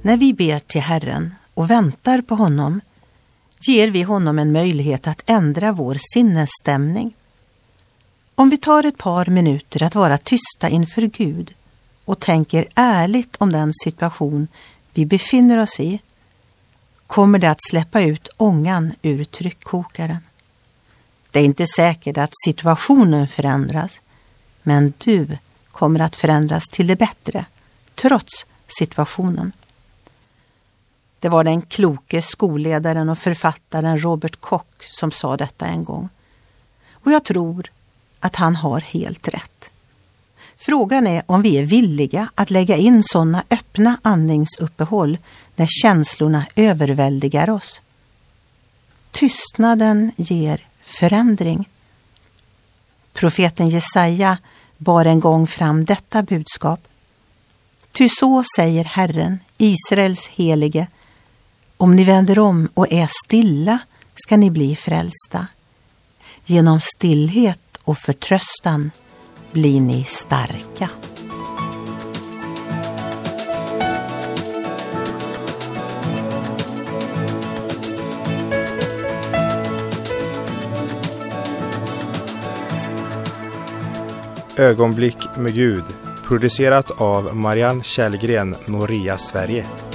När vi ber till Herren och väntar på honom ger vi honom en möjlighet att ändra vår sinnesstämning. Om vi tar ett par minuter att vara tysta inför Gud och tänker ärligt om den situation vi befinner oss i, kommer det att släppa ut ångan ur tryckkokaren. Det är inte säkert att situationen förändras, men du kommer att förändras till det bättre, trots situationen. Det var den kloke skolledaren och författaren Robert Koch som sa detta en gång. Och jag tror att han har helt rätt. Frågan är om vi är villiga att lägga in sådana öppna andningsuppehåll när känslorna överväldigar oss. Tystnaden ger förändring. Profeten Jesaja bar en gång fram detta budskap. Ty så säger Herren, Israels helige, om ni vänder om och är stilla ska ni bli frälsta. Genom stillhet och förtröstan blir ni starka. Ögonblick med Gud, producerat av Marianne Källgren, Noria, Sverige.